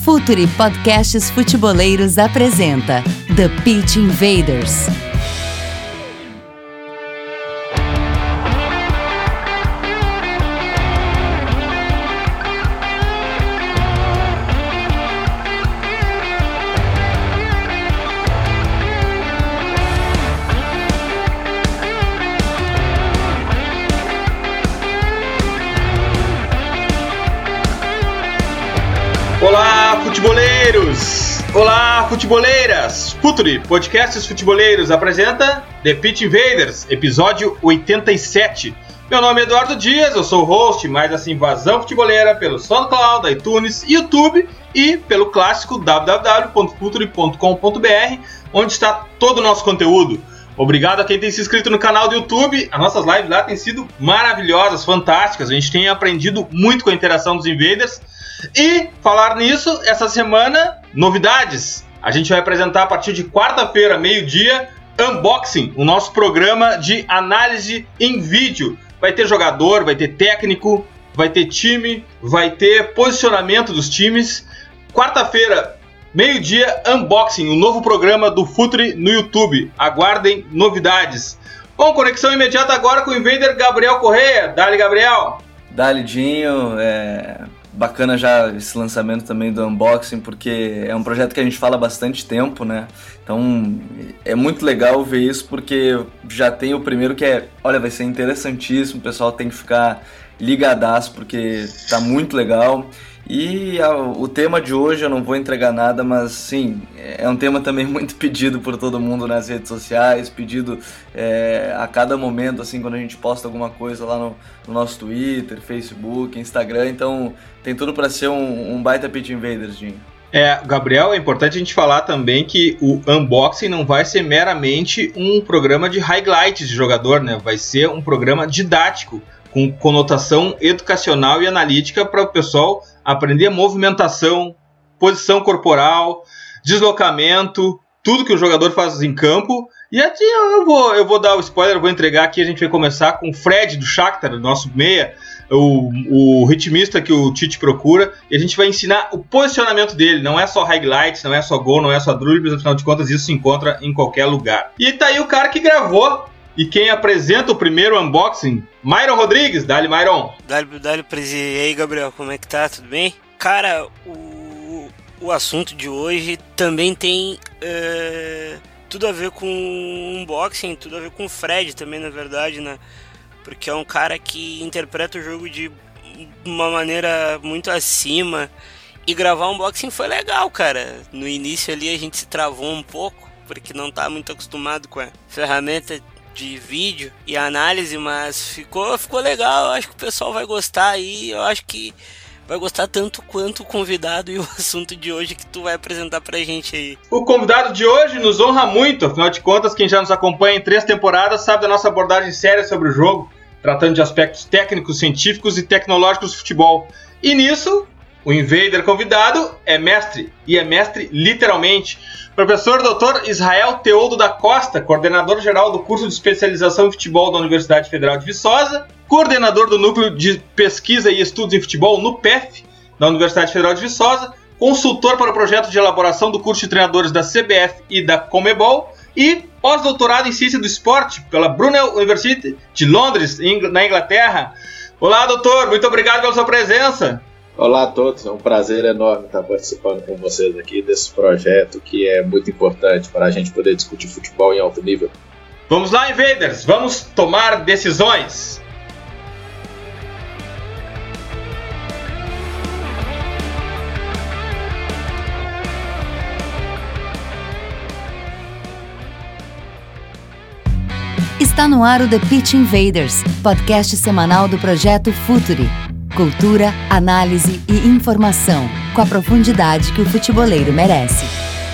Futuri Podcasts Futeboleiros apresenta The Pitch Invaders. Olá, futeboleiros! Olá, futeboleiras! Futuri Podcasts Futeboleiros apresenta The Pitch Invaders, episódio 87. Meu nome é Eduardo Dias, eu sou o host mais essa invasão futeboleira pelo SoundCloud, iTunes, YouTube e pelo clássico www.futuri.com.br, onde está todo o nosso conteúdo. Obrigado a quem tem se inscrito no canal do YouTube. As nossas lives lá têm sido maravilhosas, fantásticas. A gente tem aprendido muito com a interação dos Invaders. E, falar nisso, essa semana, novidades. A gente vai apresentar a partir de quarta-feira, meio-dia, Unboxing, o nosso programa de análise em vídeo. Vai ter jogador, vai ter técnico, vai ter time, vai ter posicionamento dos times. Quarta-feira, meio-dia, Unboxing, o novo programa do Futuri no YouTube. Aguardem novidades. Bom, conexão imediata agora com o Invader Gabriel Correia. Dale, Gabriel. Dale, Dinho. Bacana já esse lançamento também do Unboxing, porque é um projeto que a gente fala há bastante tempo, né? Então é muito legal ver isso, porque já tem o primeiro que vai ser interessantíssimo, o pessoal tem que ficar ligadaço, porque tá muito legal. E o tema de hoje, eu não vou entregar nada, mas sim, é um tema também muito pedido por todo mundo nas redes sociais, pedido a cada momento, assim, quando a gente posta alguma coisa lá no nosso Twitter, Facebook, Instagram, então tem tudo para ser um baita Pitch Invaders, Dinho. Gabriel, é importante a gente falar também que o Unboxing não vai ser meramente um programa de highlights de jogador, né? Vai ser um programa didático, com conotação educacional e analítica para o pessoal aprender movimentação, posição corporal, deslocamento, tudo que o jogador faz em campo. E aqui eu vou dar o spoiler, vou entregar aqui, a gente vai começar com o Fred do Shakhtar, nosso meia, o ritmista que o Tite procura, e a gente vai ensinar o posicionamento dele. Não é só highlights, não é só gol, não é só dribles, afinal de contas isso se encontra em qualquer lugar. E tá aí o cara que gravou e quem apresenta o primeiro unboxing, Myron Rodrigues. Dale, Myron. Dale, Prezi. E aí, Gabriel, como é que tá? Tudo bem? Cara, o assunto de hoje também tem tudo a ver com unboxing, tudo a ver com o Fred também, na verdade, né? Porque é um cara que interpreta o jogo de uma maneira muito acima. E gravar unboxing foi legal, cara. No início ali a gente se travou um pouco, porque não tá muito acostumado com a ferramenta de vídeo e análise, mas ficou legal. Eu acho que o pessoal vai gostar e eu acho que vai gostar tanto quanto o convidado e o assunto de hoje que tu vai apresentar pra gente aí. O convidado de hoje nos honra muito, afinal de contas, quem já nos acompanha em 3 temporadas sabe da nossa abordagem séria sobre o jogo, tratando de aspectos técnicos, científicos e tecnológicos do futebol. E nisso, o Invader convidado é mestre, e é mestre literalmente. Professor Dr. Israel Teodo da Costa, coordenador-geral do curso de especialização em futebol da Universidade Federal de Viçosa, coordenador do Núcleo de Pesquisa e Estudos em Futebol, NUPEF, da Universidade Federal de Viçosa, consultor para o projeto de elaboração do curso de treinadores da CBF e da Conmebol, e pós-doutorado em Ciência do Esporte pela Brunel University de Londres, na Inglaterra. Olá, doutor, muito obrigado pela sua presença. Olá a todos, é um prazer enorme estar participando com vocês aqui desse projeto que é muito importante para a gente poder discutir futebol em alto nível. Vamos lá, Invaders, vamos tomar decisões. Está no ar o The Pitch Invaders, podcast semanal do projeto Futuri. Cultura, análise e informação, com a profundidade que o futeboleiro merece.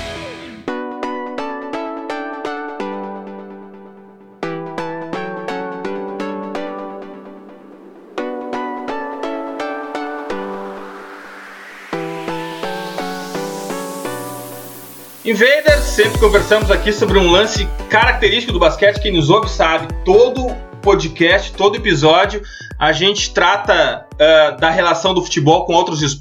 Invaders, sempre conversamos aqui sobre um lance característico do basquete. Quem nos ouve sabe, todo podcast, todo episódio, a gente trata da relação do futebol com outros esportes.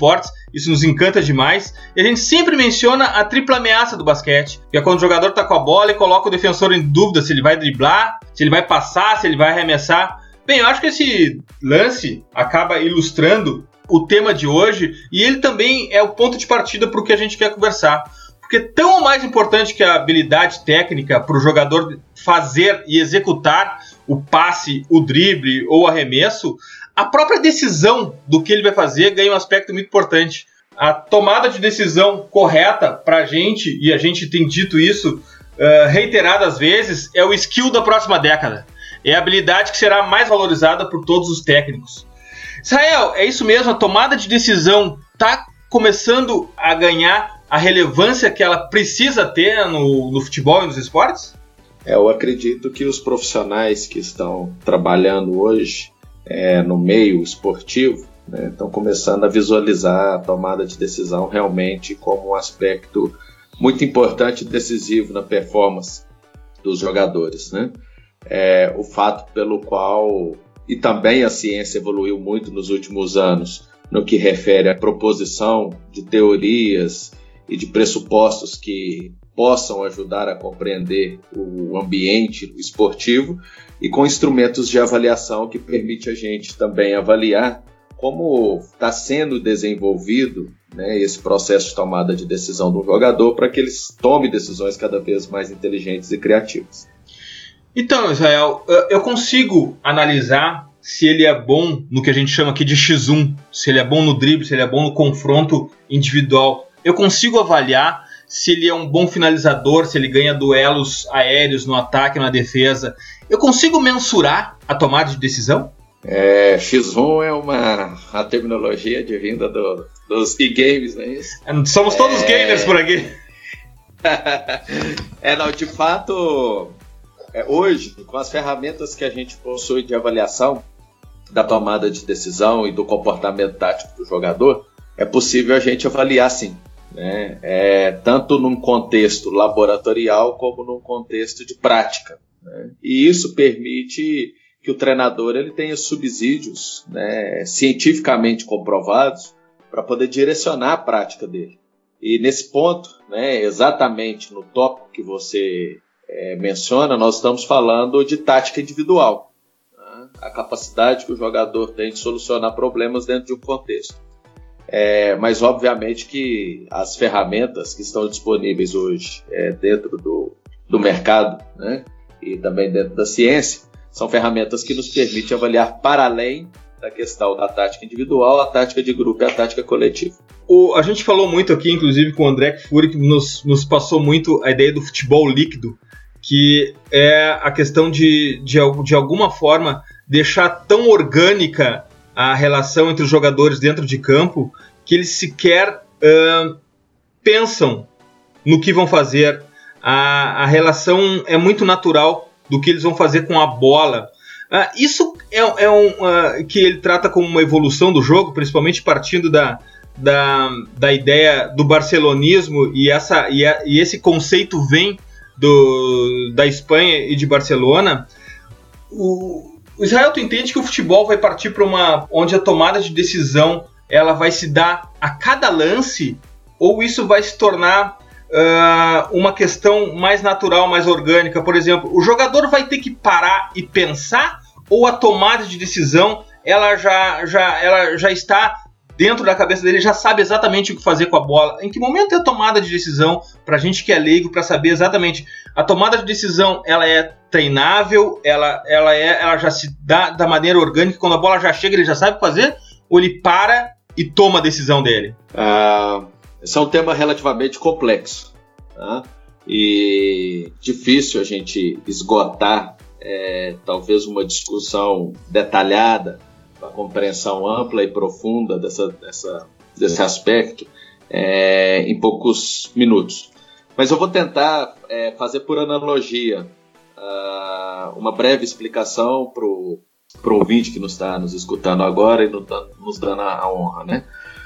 isso nos encanta demais. E a gente sempre menciona a tripla ameaça do basquete, que é quando o jogador tá com a bola e coloca o defensor em dúvida se ele vai driblar, se ele vai passar, se ele vai arremessar. Bem, eu acho que esse lance acaba ilustrando o tema de hoje, e ele também é o ponto de partida para o que a gente quer conversar. Porque tão ou mais importante que a habilidade técnica para o jogador fazer e executar o passe, o drible ou o arremesso, a própria decisão do que ele vai fazer ganha um aspecto muito importante. A tomada de decisão correta para a gente, e a gente tem dito isso reiteradas vezes, é o skill da próxima década. É a habilidade que será mais valorizada por todos os técnicos. Israel, é isso mesmo? A tomada de decisão está começando a ganhar a relevância que ela precisa ter no futebol e nos esportes? Eu acredito que os profissionais que estão trabalhando hoje no meio esportivo, né, estão começando a visualizar a tomada de decisão realmente como um aspecto muito importante e decisivo na performance dos jogadores, né? O fato pelo qual, e também a ciência evoluiu muito nos últimos anos no que refere à proposição de teorias e de pressupostos que possam ajudar a compreender o ambiente esportivo, e com instrumentos de avaliação que permite a gente também avaliar como está sendo desenvolvido, né, esse processo de tomada de decisão do jogador para que ele tome decisões cada vez mais inteligentes e criativas. Então, Israel, eu consigo analisar se ele é bom no que a gente chama aqui de X1, se ele é bom no drible, se ele é bom no confronto individual. Eu consigo avaliar se ele é um bom finalizador, se ele ganha duelos aéreos no ataque, na defesa. Eu consigo mensurar a tomada de decisão? X1 é uma terminologia advinda dos e-games, não é isso? Somos todos gamers por aqui. Não, de fato, hoje, com as ferramentas que a gente possui de avaliação da tomada de decisão e do comportamento tático do jogador, é possível a gente avaliar sim, né? Tanto num contexto laboratorial como num contexto de prática, né? E isso permite que o treinador ele tenha subsídios, né, cientificamente comprovados para poder direcionar a prática dele. E nesse ponto, né, exatamente no tópico que você menciona, nós estamos falando de tática individual, né? A capacidade que o jogador tem de solucionar problemas dentro de um contexto. Mas obviamente que as ferramentas que estão disponíveis hoje dentro do mercado, né, e também dentro da ciência, são ferramentas que nos permitem avaliar para além da questão da tática individual, a tática de grupo e a tática coletiva. A gente falou muito aqui, inclusive com o André Kfouri, que nos passou muito a ideia do futebol líquido, que é a questão de alguma forma deixar tão orgânica a relação entre os jogadores dentro de campo que eles sequer pensam no que vão fazer. A relação é muito natural do que eles vão fazer com a bola. Isso que ele trata como uma evolução do jogo, principalmente partindo da ideia do barcelonismo, e esse conceito vem da Espanha e de Barcelona. O Israel, tu entende que o futebol vai partir para onde a tomada de decisão ela vai se dar a cada lance, ou isso vai se tornar uma questão mais natural, mais orgânica? Por exemplo, o jogador vai ter que parar e pensar, ou a tomada de decisão ela já está dentro da cabeça dele, já sabe exatamente o que fazer com a bola? Em que momento é a tomada de decisão, para a gente que é leigo, para saber exatamente? A tomada de decisão ela é treinável, ela já se dá da maneira orgânica, quando a bola já chega ele já sabe o que fazer, ou ele para e toma a decisão dele? Esse é um tema relativamente complexo, tá? E difícil a gente esgotar talvez uma discussão detalhada, uma compreensão ampla e profunda desse aspecto em poucos minutos. Mas eu vou tentar fazer por analogia uma breve explicação para o ouvinte que nos está nos escutando agora e nos dando a honra, né?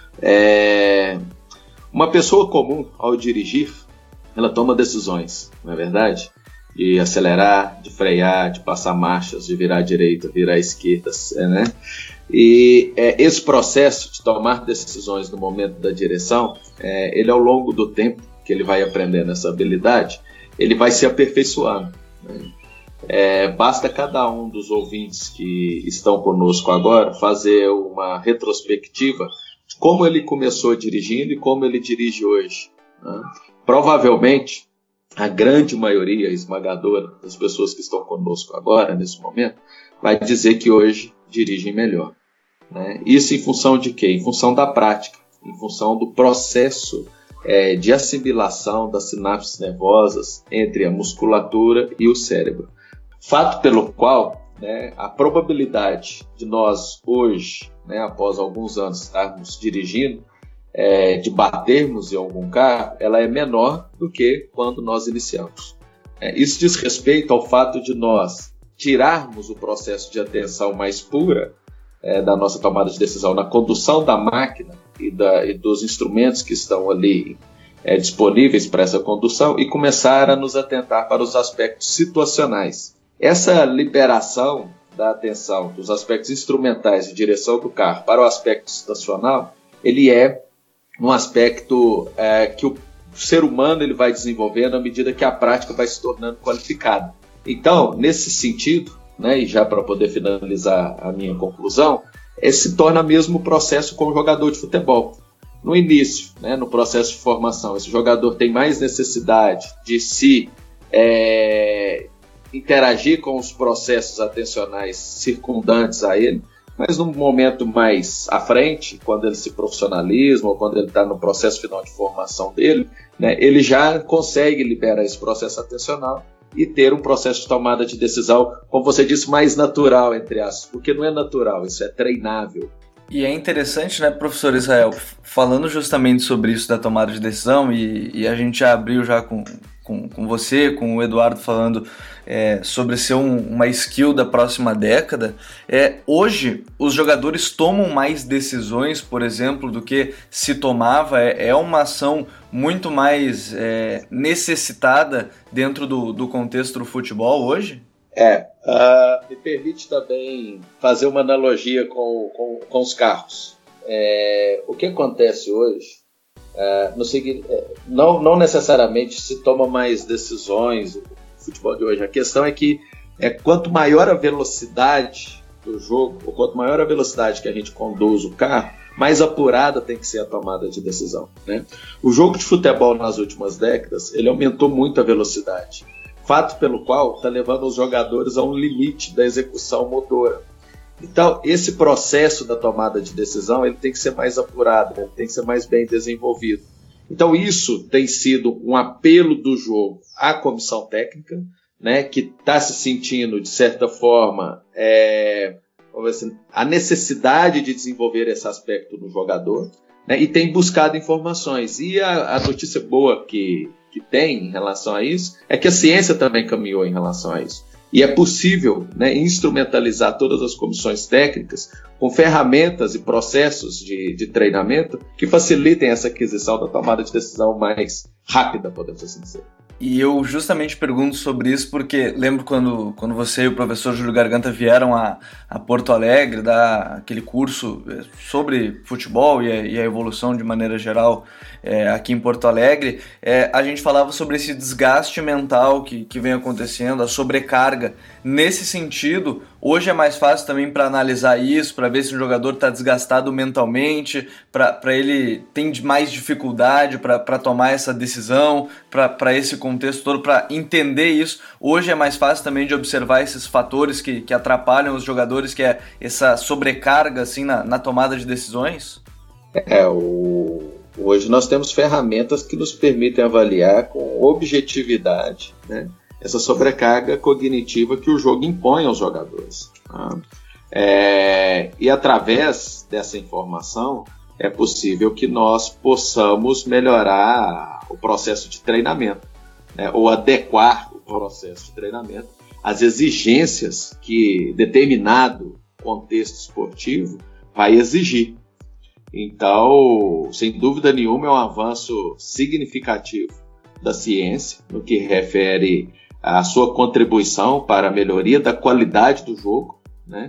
Uma pessoa comum, ao dirigir, ela toma decisões, não é verdade? De acelerar, de frear, de passar marchas, de virar à direita, virar à esquerda, né? E esse processo de tomar decisões no momento da direção, ele ao longo do tempo que ele vai aprendendo essa habilidade, ele vai se aperfeiçoando, né? Basta cada um dos ouvintes que estão conosco agora fazer uma retrospectiva de como ele começou dirigindo e como ele dirige hoje, né? Provavelmente, a grande maioria esmagadora das pessoas que estão conosco agora, nesse momento, vai dizer que hoje dirigem melhor, né? Isso em função de quê? Em função da prática, em função do processo de assimilação das sinapses nervosas entre a musculatura e o cérebro. Fato pelo qual, né, a probabilidade de nós hoje, né, após alguns anos estarmos dirigindo, de batermos em algum carro, ela é menor do que quando nós iniciamos. Isso diz respeito ao fato de nós tirarmos o processo de atenção mais pura da nossa tomada de decisão na condução da máquina e dos instrumentos que estão ali disponíveis para essa condução e começar a nos atentar para os aspectos situacionais. Essa liberação da atenção dos aspectos instrumentais de direção do carro para o aspecto situacional, ele é um aspecto que o ser humano ele vai desenvolvendo à medida que a prática vai se tornando qualificada. Então, nesse sentido, né, e já para poder finalizar a minha conclusão, se torna mesmo o processo com o jogador de futebol. No início, né, no processo de formação, esse jogador tem mais necessidade de se interagir com os processos atencionais circundantes a ele, mas num momento mais à frente, quando ele se profissionaliza ou quando ele está no processo final de formação dele, né, ele já consegue liberar esse processo atencional e ter um processo de tomada de decisão, como você disse, mais natural, entre aspas, porque não é natural, isso é treinável. E é interessante, né, professor Israel, falando justamente sobre isso da tomada de decisão, e a gente já abriu já com você, com o Eduardo falando sobre ser uma skill da próxima década, hoje os jogadores tomam mais decisões, por exemplo, do que se tomava, é uma ação muito mais necessitada dentro do contexto do futebol hoje? Me permite também fazer uma analogia com os carros. O que acontece hoje, não necessariamente se toma mais decisões no futebol de hoje. A questão é que quanto maior a velocidade do jogo, ou quanto maior a velocidade que a gente conduz o carro, mais apurada tem que ser a tomada de decisão, né? O jogo de futebol nas últimas décadas, ele aumentou muito a velocidade. Fato pelo qual está levando os jogadores a um limite da execução motora. Então, esse processo da tomada de decisão ele tem que ser mais apurado, ele tem que ser mais bem desenvolvido. Então, isso tem sido um apelo do jogo à comissão técnica, né, que está se sentindo, de certa forma, a necessidade de desenvolver esse aspecto no jogador, né, e tem buscado informações. E a notícia boa que tem em relação a isso é que a ciência também caminhou em relação a isso. E é possível, né, instrumentalizar todas as comissões técnicas com ferramentas e processos de treinamento que facilitem essa aquisição da tomada de decisão mais rápida, podemos assim dizer. E eu justamente pergunto sobre isso porque lembro quando você e o professor Júlio Garganta vieram a Porto Alegre dar aquele curso sobre futebol e a evolução de maneira geral aqui em Porto Alegre, a gente falava sobre esse desgaste mental que vem acontecendo, a sobrecarga. Nesse sentido, hoje é mais fácil também para analisar isso, para ver se o jogador está desgastado mentalmente, para ele tem mais dificuldade para tomar essa decisão, para esse contexto todo, para entender isso. Hoje é mais fácil também de observar esses fatores que atrapalham os jogadores, que é essa sobrecarga assim, na tomada de decisões? Hoje nós temos ferramentas que nos permitem avaliar com objetividade, né, essa sobrecarga cognitiva que o jogo impõe aos jogadores. Tá? E através dessa informação é possível que nós possamos melhorar o processo de treinamento, né, ou adequar o processo de treinamento às exigências que determinado contexto esportivo vai exigir. Então, sem dúvida nenhuma, é um avanço significativo da ciência no que refere à sua contribuição para a melhoria da qualidade do jogo, né?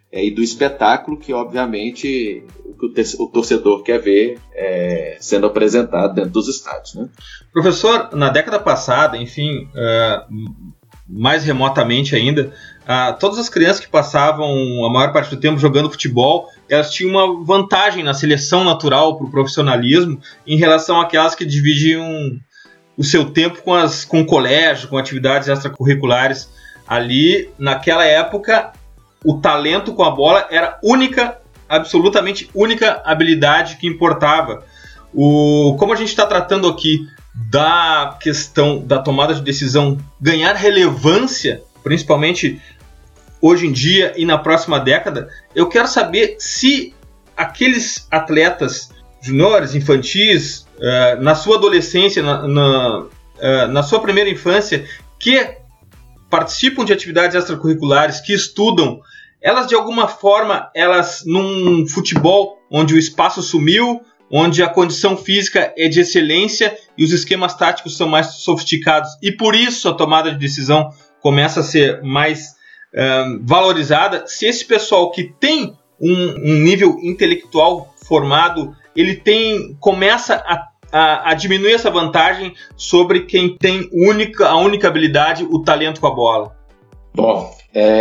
e do espetáculo que, obviamente, o torcedor quer ver sendo apresentado dentro dos estádios, né? Professor, na década passada, enfim, mais remotamente ainda, todas as crianças que passavam a maior parte do tempo jogando futebol, elas tinham uma vantagem na seleção natural para o profissionalismo em relação àquelas que dividiam o seu tempo com o colégio, com atividades extracurriculares. Ali, naquela época, o talento com a bola era absolutamente única habilidade que importava. Como a gente está tratando aqui da questão da tomada de decisão ganhar relevância, principalmente hoje em dia e na próxima década, eu quero saber se aqueles atletas juniores, infantis, na sua adolescência, na sua primeira infância, que participam de atividades extracurriculares, que estudam, elas de alguma forma, num futebol onde o espaço sumiu, onde a condição física é de excelência e os esquemas táticos são mais sofisticados, e por isso a tomada de decisão começa a ser mais valorizada, se esse pessoal que tem um nível intelectual formado, ele começa a diminuir essa vantagem sobre quem tem a única habilidade, o talento com a bola. Bom,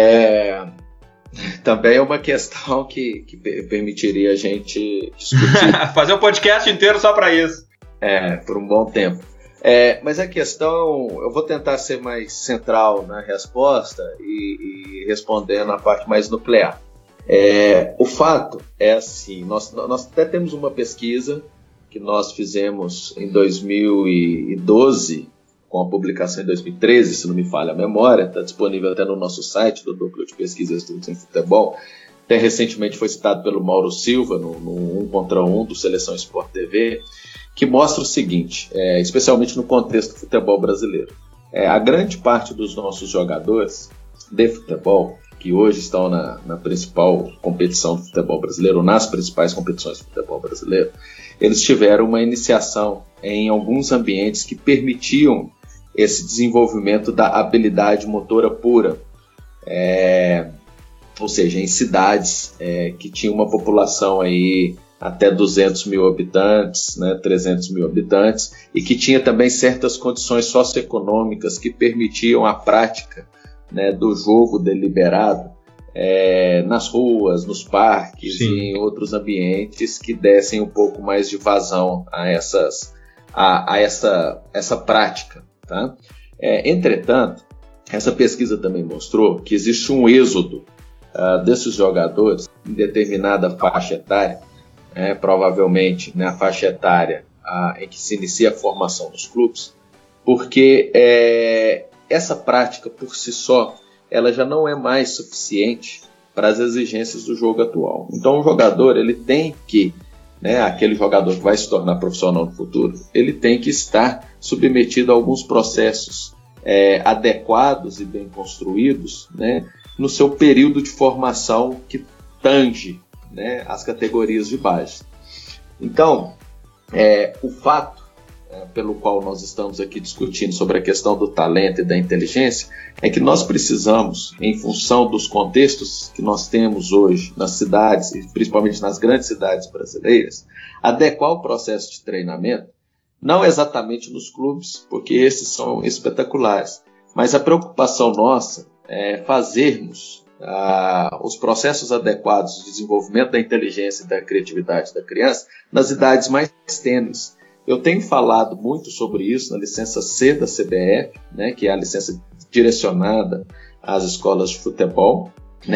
também é uma questão que permitiria a gente discutir. Fazer um podcast inteiro só para isso. Por um bom tempo. Mas a questão, eu vou tentar ser mais central na resposta e respondendo a parte mais nuclear. O fato é assim, nós até temos uma pesquisa que nós fizemos em 2012, com a publicação em 2013, se não me falha a memória, está disponível até no nosso site do Núcleo de Pesquisa e Estudos em Futebol. Até recentemente foi citado pelo Mauro Silva no 1 contra 1 do Seleção Sport TV, que mostra o seguinte, especialmente no contexto do futebol brasileiro. A grande parte dos nossos jogadores de futebol, que hoje estão na principal competição do futebol brasileiro, ou nas principais competições do futebol brasileiro, eles tiveram uma iniciação em alguns ambientes que permitiam esse desenvolvimento da habilidade motora pura, ou seja, em cidades que tinham uma população aí até 200 mil habitantes, 300 mil habitantes, e que tinha também certas condições socioeconômicas que permitiam a prática do jogo deliberado nas ruas, nos parques, sim, e em outros ambientes que dessem um pouco mais de vazão a essa prática. Tá? Entretanto, essa pesquisa também mostrou que existe um êxodo desses jogadores em determinada faixa etária, provavelmente na faixa etária em que se inicia a formação dos clubes, porque essa prática por si só ela já não é mais suficiente para as exigências do jogo atual. Então o jogador ele tem que, aquele jogador que vai se tornar profissional no futuro, ele tem que estar submetido a alguns processos adequados e bem construídos, no seu período de formação que tange as categorias de base. Então, o fato pelo qual nós estamos aqui discutindo sobre a questão do talento e da inteligência é que nós precisamos, em função dos contextos que nós temos hoje nas cidades, e principalmente nas grandes cidades brasileiras, adequar o processo de treinamento, não exatamente nos clubes, porque esses são espetaculares, mas a preocupação nossa é fazermos os processos adequados de desenvolvimento da inteligência e da criatividade da criança nas idades mais tênues. Eu tenho falado muito sobre isso na licença C da CBF, que é a licença direcionada às escolas de futebol,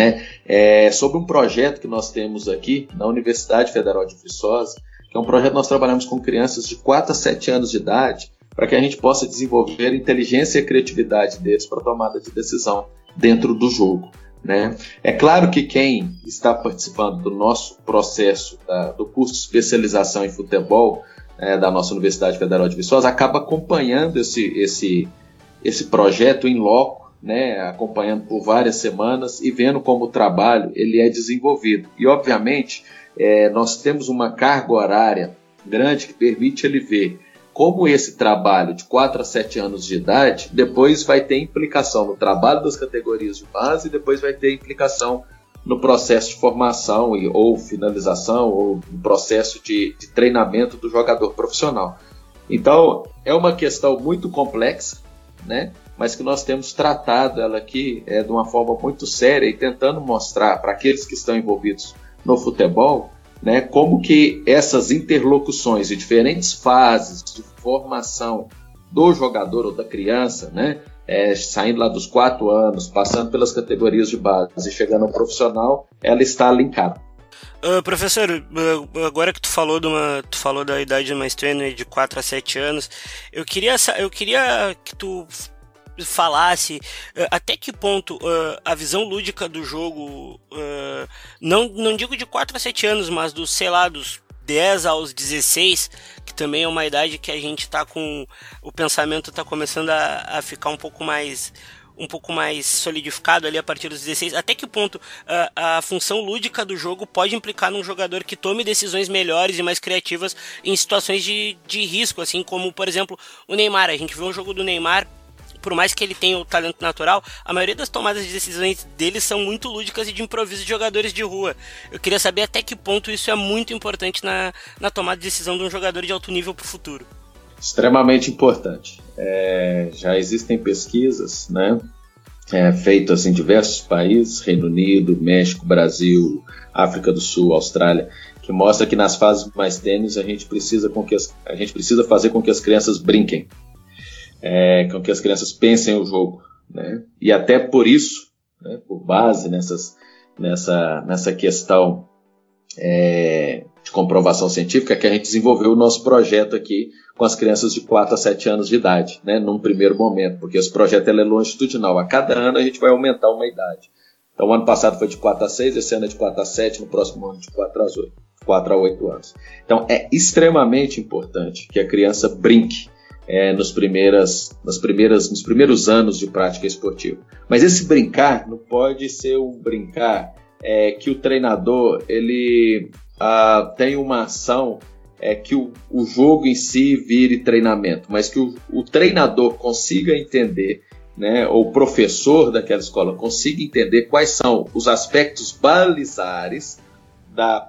sobre um projeto que nós temos aqui na Universidade Federal de Viçosa, que é um projeto que nós trabalhamos com crianças de 4 a 7 anos de idade, para que a gente possa desenvolver a inteligência e a criatividade deles para a tomada de decisão dentro do jogo. É claro que quem está participando do nosso processo do curso de especialização em futebol da nossa Universidade Federal de Viçosa acaba acompanhando esse projeto em loco, acompanhando por várias semanas e vendo como o trabalho ele é desenvolvido. E, obviamente, nós temos uma carga horária grande que permite ele ver como esse trabalho de 4 a 7 anos de idade depois vai ter implicação no trabalho das categorias de base e depois vai ter implicação no processo de formação ou finalização ou no processo de treinamento do jogador profissional. Então, é uma questão muito complexa, né? Mas que nós temos tratado ela aqui de uma forma muito séria e tentando mostrar para aqueles que estão envolvidos no futebol, né, como que essas interlocuções de diferentes fases de formação do jogador ou da criança, né, saindo lá dos 4 anos, passando pelas categorias de base e chegando ao profissional, ela está linkada. Professor, agora que tu falou da idade mais tênue de 4 a 7 anos, eu queria que tu falasse até que ponto a visão lúdica do jogo, não digo de 4 a 7 anos, mas dos 10 aos 16, que também é uma idade que a gente tá com o pensamento tá começando a ficar um pouco mais solidificado ali a partir dos 16, até que ponto a função lúdica do jogo pode implicar num jogador que tome decisões melhores e mais criativas em situações de risco, assim como, por exemplo, o Neymar. A gente vê um jogo do Neymar, por mais que ele tenha o talento natural, a maioria das tomadas de decisões dele são muito lúdicas e de improviso de jogadores de rua. Eu queria saber até que ponto isso é muito importante na tomada de decisão de um jogador de alto nível para o futuro. Extremamente importante. Já existem pesquisas, né, feitas em diversos países, Reino Unido, México, Brasil, África do Sul, Austrália, que mostra que nas fases mais tênues a gente precisa fazer com que as crianças brinquem. Com que as crianças pensem o jogo, né? E até por isso, né, por base nessa questão de comprovação científica, que a gente desenvolveu o nosso projeto aqui com as crianças de 4 a 7 anos de idade, né, num primeiro momento, porque esse projeto é longitudinal. A cada ano a gente vai aumentar uma idade. Então, o ano passado foi de 4 a 6, esse ano é de 4 a 7, no próximo ano de 4 a 8 anos. Então, é extremamente importante que a criança brinque nos primeiros anos de prática esportiva. Mas esse brincar não pode ser um brincar que o treinador ele tem uma ação que o jogo em si vire treinamento, mas que o treinador consiga entender, né, ou o professor daquela escola consiga entender quais são os aspectos balizares da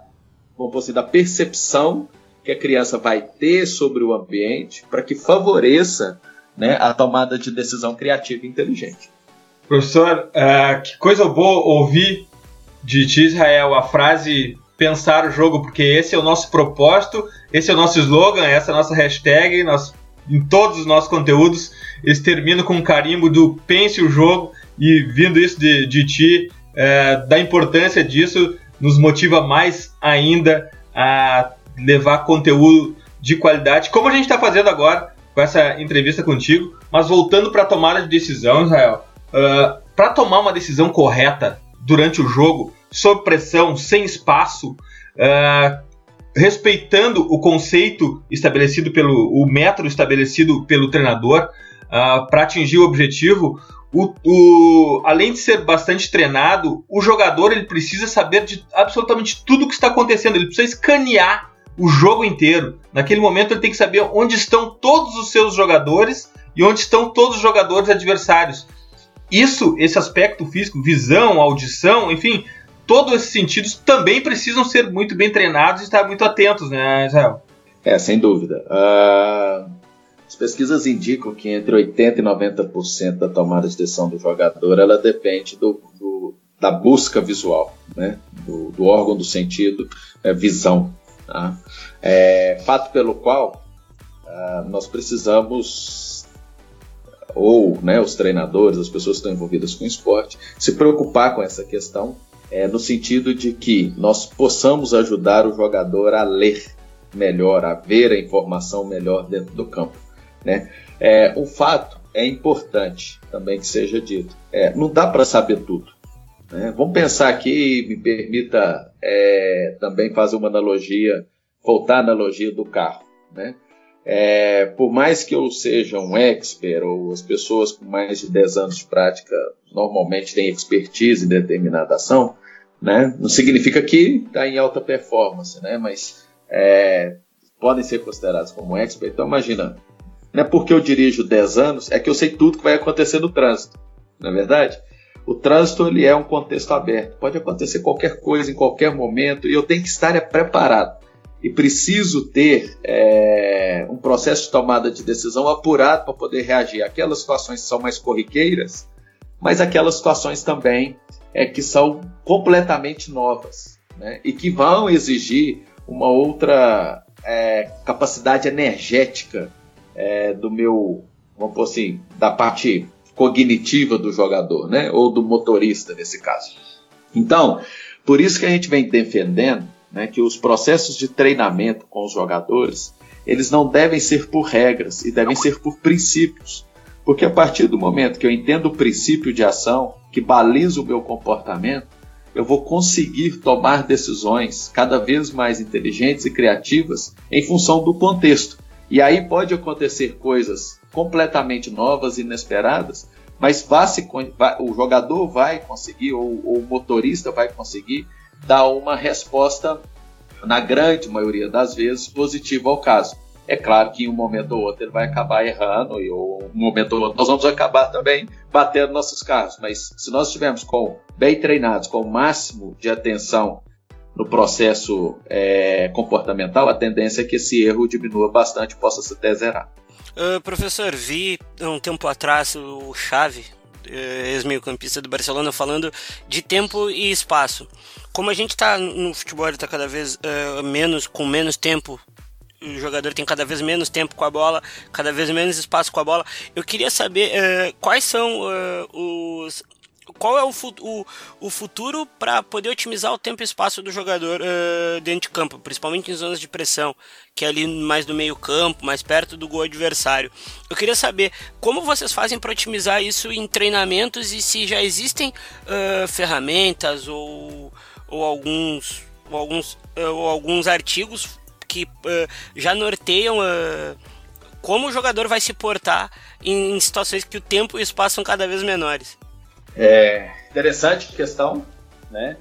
percepção que a criança vai ter sobre o ambiente para que favoreça, né, a tomada de decisão criativa e inteligente. Professor, que coisa boa ouvir de ti, Israel, a frase pensar o jogo, porque esse é o nosso propósito, esse é o nosso slogan, essa é a nossa hashtag, em todos os nossos conteúdos, eles terminam com um carimbo do pense o jogo, e vindo isso de ti, da importância disso, nos motiva mais ainda a levar conteúdo de qualidade, como a gente está fazendo agora com essa entrevista contigo. Mas voltando para a tomada de decisão, Israel, para tomar uma decisão correta durante o jogo, sob pressão, sem espaço, respeitando o conceito estabelecido o método estabelecido pelo treinador, para atingir o objetivo, além de ser bastante treinado, o jogador ele precisa saber de absolutamente tudo o que está acontecendo, ele precisa escanear o jogo inteiro. Naquele momento ele tem que saber onde estão todos os seus jogadores e onde estão todos os jogadores adversários. Esse aspecto físico, visão, audição, enfim, todos esses sentidos também precisam ser muito bem treinados e estar muito atentos, né, Israel? Sem dúvida. As pesquisas indicam que entre 80% e 90% da tomada de decisão do jogador ela depende da busca visual, né? do órgão do sentido, visão. Tá? Fato pelo qual nós precisamos, né, os treinadores, as pessoas que estão envolvidas com o esporte, se preocupar com essa questão, no sentido de que nós possamos ajudar o jogador a ler melhor, a ver a informação melhor dentro do campo, né? Um fato é importante também que seja dito, não dá para saber tudo, né? Vamos pensar aqui, me permita também fazer uma analogia, voltar à analogia do carro, né? Por mais que eu seja um expert, ou as pessoas com mais de 10 anos de prática normalmente têm expertise em determinada ação, né? Não significa que está em alta performance, né? Mas podem ser considerados como expert. Então imagina, não é porque eu dirijo 10 anos é que eu sei tudo que vai acontecer no trânsito, não é verdade? O trânsito ele é um contexto aberto, pode acontecer qualquer coisa em qualquer momento e eu tenho que estar preparado. E preciso ter um processo de tomada de decisão apurado para poder reagir àquelas situações que são mais corriqueiras, mas aquelas situações também que são completamente novas, né? E que vão exigir uma outra capacidade energética do meu, vamos por assim, da parte cognitiva do jogador, né? Ou do motorista nesse caso. Então, por isso que a gente vem defendendo, né, que os processos de treinamento com os jogadores, eles não devem ser por regras e devem ser por princípios. Porque a partir do momento que eu entendo o princípio de ação, que baliza o meu comportamento, eu vou conseguir tomar decisões cada vez mais inteligentes e criativas em função do contexto. E aí pode acontecer coisas completamente novas e inesperadas, mas o jogador vai conseguir, ou o motorista vai conseguir, dar uma resposta, na grande maioria das vezes, positiva ao caso. É claro que em um momento ou outro ele vai acabar errando, e ou em um momento ou outro nós vamos acabar também batendo nossos carros, mas se nós estivermos bem treinados, com o máximo de atenção no processo comportamental, a tendência é que esse erro diminua bastante e possa se até zerar. Professor, vi um tempo atrás o Xavi, ex-meio-campista do Barcelona, falando de tempo e espaço. Como a gente está no futebol, está cada vez com menos tempo, o jogador tem cada vez menos tempo com a bola, cada vez menos espaço com a bola. Eu queria saber quais são qual é o futuro para poder otimizar o tempo e espaço do jogador dentro de campo, principalmente em zonas de pressão, que é ali mais do meio campo, mais perto do gol adversário. Eu queria saber como vocês fazem para otimizar isso em treinamentos e se já existem ferramentas ou alguns artigos que já norteiam como o jogador vai se portar em situações que o tempo e o espaço são cada vez menores. Interessante questão, né?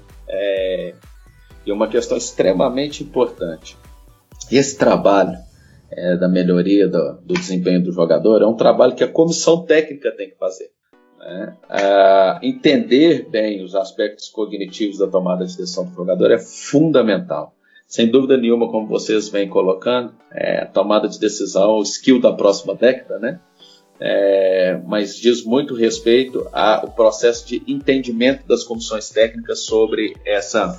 E uma questão extremamente importante. Esse trabalho da melhoria do desempenho do jogador é um trabalho que a comissão técnica tem que fazer, né? Entender bem os aspectos cognitivos da tomada de decisão do jogador é fundamental. Sem dúvida nenhuma, como vocês vêm colocando, a tomada de decisão, o skill da próxima década, né? Mas diz muito respeito ao processo de entendimento das comissões técnicas sobre essa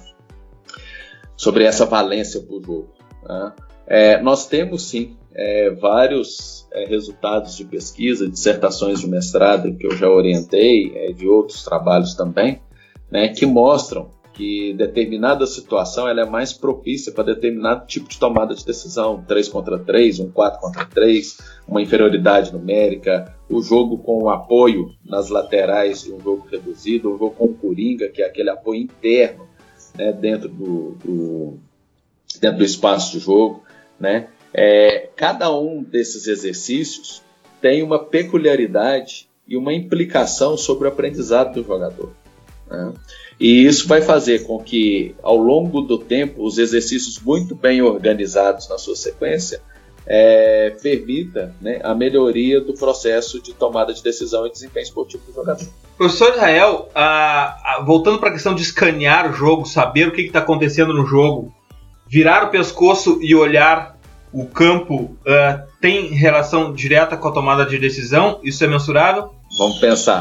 valência para o jogo, né? Nós temos sim vários resultados de pesquisa, dissertações de mestrado que eu já orientei, de outros trabalhos também, né, que mostram que determinada situação ela é mais propícia para determinado tipo de tomada de decisão, 3 contra 3, um 4 contra 3, uma inferioridade numérica, o jogo com o apoio nas laterais de um jogo reduzido, o jogo com o coringa, que é aquele apoio interno, né, dentro do espaço de jogo, né? Cada um desses exercícios tem uma peculiaridade e uma implicação sobre o aprendizado do jogador, né? E isso vai fazer com que, ao longo do tempo, os exercícios muito bem organizados na sua sequência permita, né, a melhoria do processo de tomada de decisão e desempenho esportivo do jogador. Professor Israel, voltando para a questão de escanear o jogo, saber o que está acontecendo no jogo, virar o pescoço e olhar o campo, tem relação direta com a tomada de decisão? Isso é mensurável? Vamos pensar.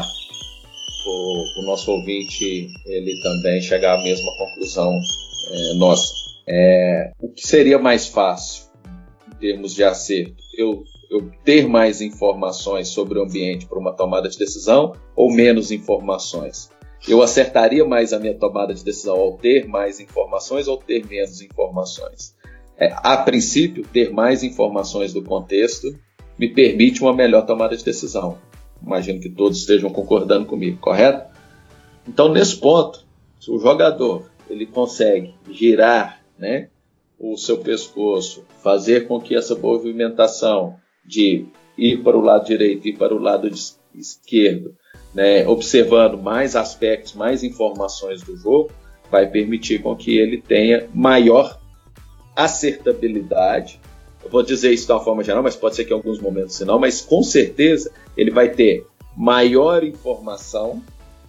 O nosso ouvinte ele também chegar à mesma conclusão nossa. O que seria mais fácil em termos de acerto? Eu ter mais informações sobre o ambiente para uma tomada de decisão ou menos informações? Eu acertaria mais a minha tomada de decisão ao ter mais informações ou ter menos informações? A princípio, ter mais informações do contexto me permite uma melhor tomada de decisão. Imagino que todos estejam concordando comigo, correto? Então, nesse ponto, se o jogador ele consegue girar, né, o seu pescoço, fazer com que essa movimentação de ir para o lado direito e ir para o lado esquerdo, né, observando mais aspectos, mais informações do jogo, vai permitir com que ele tenha maior acertabilidade. Eu vou dizer isso de uma forma geral, mas pode ser que em alguns momentos não, mas com certeza ele vai ter maior informação,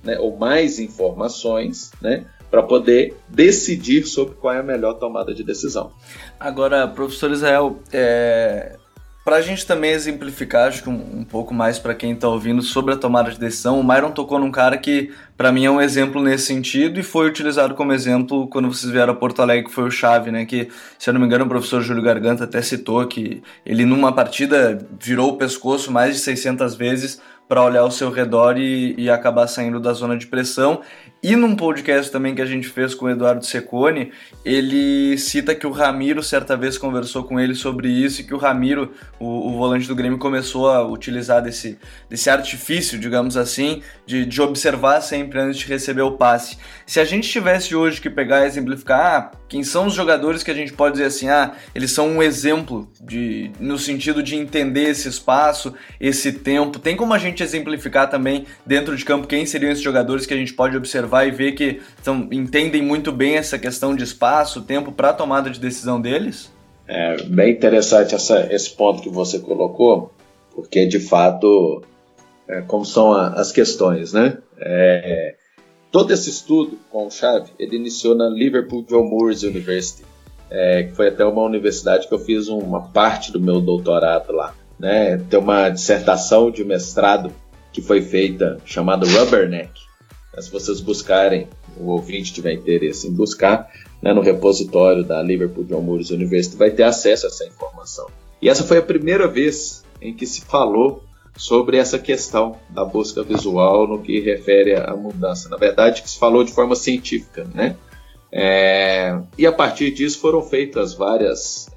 né, ou mais informações, né, para poder decidir sobre qual é a melhor tomada de decisão. Agora, professor Israel, para a gente também exemplificar, acho que um pouco mais para quem está ouvindo sobre a tomada de decisão, o Myron tocou num cara que para mim é um exemplo nesse sentido e foi utilizado como exemplo quando vocês vieram a Porto Alegre, que foi o Xavi, né? Que, se eu não me engano, o professor Júlio Garganta até citou que ele numa partida virou o pescoço mais de 600 vezes para olhar ao seu redor e acabar saindo da zona de pressão. E num podcast também que a gente fez com o Eduardo Cecconi, ele cita que o Ramiro certa vez conversou com ele sobre isso e que o Ramiro, o volante do Grêmio, começou a utilizar desse artifício, digamos assim, de observar sempre antes de receber o passe. Se a gente tivesse hoje que pegar e exemplificar, quem são os jogadores que a gente pode dizer assim, eles são um exemplo no sentido de entender esse espaço, esse tempo, tem como a gente exemplificar também dentro de campo quem seriam esses jogadores que a gente pode observar e ver que entendem muito bem essa questão de espaço, tempo para a tomada de decisão deles? É bem interessante esse ponto que você colocou, porque de fato, como são as questões, né? Todo esse estudo com o Xavi, ele iniciou na Liverpool John Moores University, que foi até uma universidade que eu fiz uma parte do meu doutorado lá, né? Tem uma dissertação de mestrado que foi feita, chamada Rubberneck. Se vocês buscarem, o ouvinte tiver interesse em buscar, né, no repositório da Liverpool John Moores University, vai ter acesso a essa informação. E essa foi a primeira vez em que se falou sobre essa questão da busca visual no que refere à mudança. Na verdade, que se falou de forma científica, né? E a partir disso foram feitas várias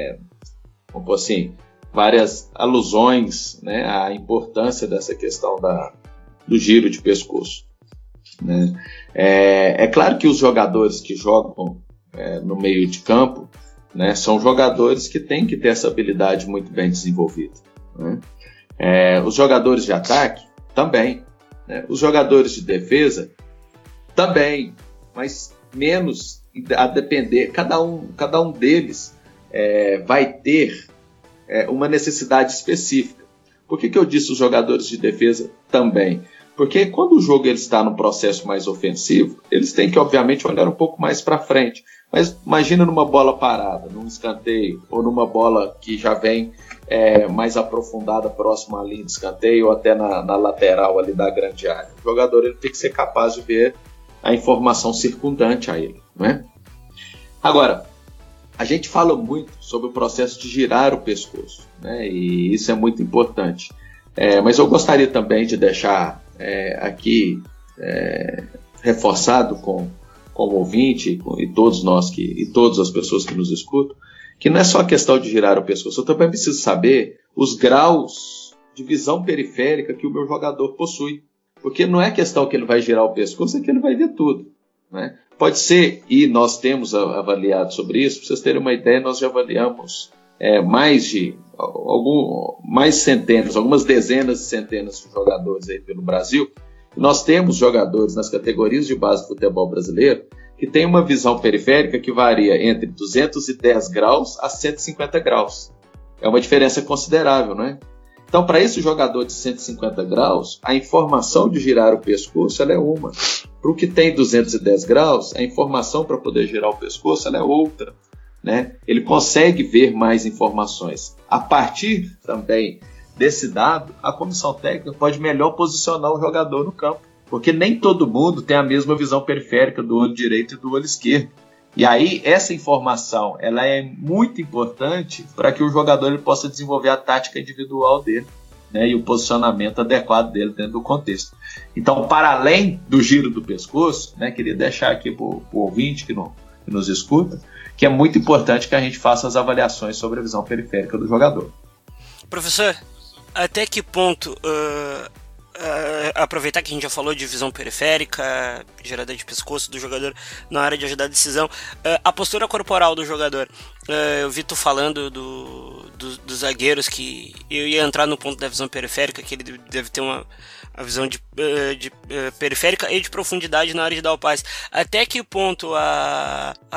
alusões, né, à importância dessa questão do giro de pescoço, né? É claro que os jogadores que jogam no meio de campo, né, são jogadores que têm que ter essa habilidade muito bem desenvolvida, né? Os jogadores de ataque também, né? Os jogadores de defesa também, mas menos a depender. Cada um deles vai ter uma necessidade específica. Por que eu disse os jogadores de defesa também? Porque quando o jogo ele está no processo mais ofensivo, eles têm que, obviamente, olhar um pouco mais para frente. Mas imagina numa bola parada, num escanteio, ou numa bola que já vem mais aprofundada, próxima à linha de escanteio, ou até na lateral ali da grande área. O jogador ele tem que ser capaz de ver a informação circundante a ele, né? Agora, a gente fala muito sobre o processo de girar o pescoço, né? E isso é muito importante. Mas eu gostaria também de deixar aqui reforçado com o ouvinte e todos nós e todas as pessoas que nos escutam, que não é só questão de girar o pescoço. Eu também preciso saber os graus de visão periférica que o meu jogador possui. Porque não é questão que ele vai girar o pescoço, é que ele vai ver tudo, né? Pode ser, e nós temos avaliado sobre isso, para vocês terem uma ideia, nós já avaliamos algumas dezenas de centenas de jogadores aí pelo Brasil. E nós temos jogadores nas categorias de base do futebol brasileiro que têm uma visão periférica que varia entre 210 graus a 150 graus. É uma diferença considerável, não é? Então, para esse jogador de 150 graus, a informação de girar o pescoço ela é uma. Para o que tem 210 graus, a informação para poder girar o pescoço ela é outra, né? Ele consegue ver mais informações. A partir também desse dado, a comissão técnica pode melhor posicionar o jogador no campo, porque nem todo mundo tem a mesma visão periférica do olho direito e do olho esquerdo. E aí, essa informação ela é muito importante para que o jogador ele possa desenvolver a tática individual dele, né, e o posicionamento adequado dele dentro do contexto. Então, para além do giro do pescoço, né, queria deixar aqui para o ouvinte que nos escuta, que é muito importante que a gente faça as avaliações sobre a visão periférica do jogador. Professor, até que ponto... aproveitar que a gente já falou de visão periférica, gerada de pescoço do jogador na hora de ajudar a decisão, a postura corporal do jogador. Eu vi tu falando dos zagueiros, que eu ia entrar no ponto da visão periférica, que ele deve ter a visão de periférica e de profundidade na hora de dar o passe. Até que ponto a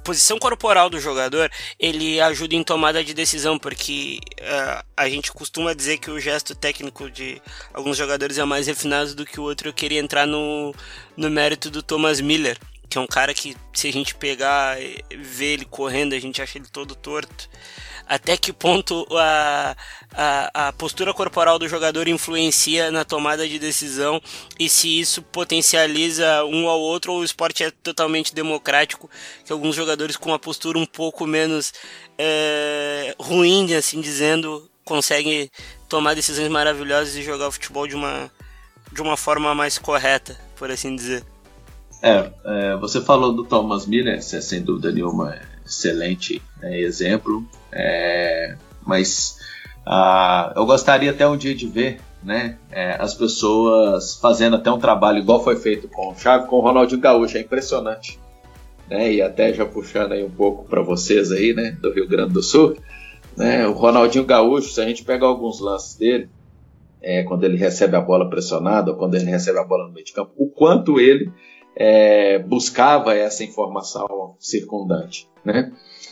posição corporal do jogador, ele ajuda em tomada de decisão, porque a gente costuma dizer que o gesto técnico de alguns jogadores é mais refinado do que o outro. Eu queria entrar no mérito do Thomas Müller, que é um cara que, se a gente pegar e ver ele correndo, a gente acha ele todo torto. Até que ponto a postura corporal do jogador influencia na tomada de decisão, e se isso potencializa um ao outro, ou o esporte é totalmente democrático, que alguns jogadores com uma postura um pouco menos ruim, assim dizendo, conseguem tomar decisões maravilhosas e jogar o futebol de uma forma mais correta, por assim dizer. Você falou do Thomas Müller, sem dúvida nenhuma, excelente exemplo, mas eu gostaria até um dia de ver, né, as pessoas fazendo até um trabalho igual foi feito com o Xavi, com o Ronaldinho Gaúcho. É impressionante, né, e até já puxando aí um pouco para vocês aí, né, do Rio Grande do Sul, né, o Ronaldinho Gaúcho, se a gente pegar alguns lances dele, quando ele recebe a bola pressionada, ou quando ele recebe a bola no meio de campo, o quanto ele buscava essa informação circundante, né?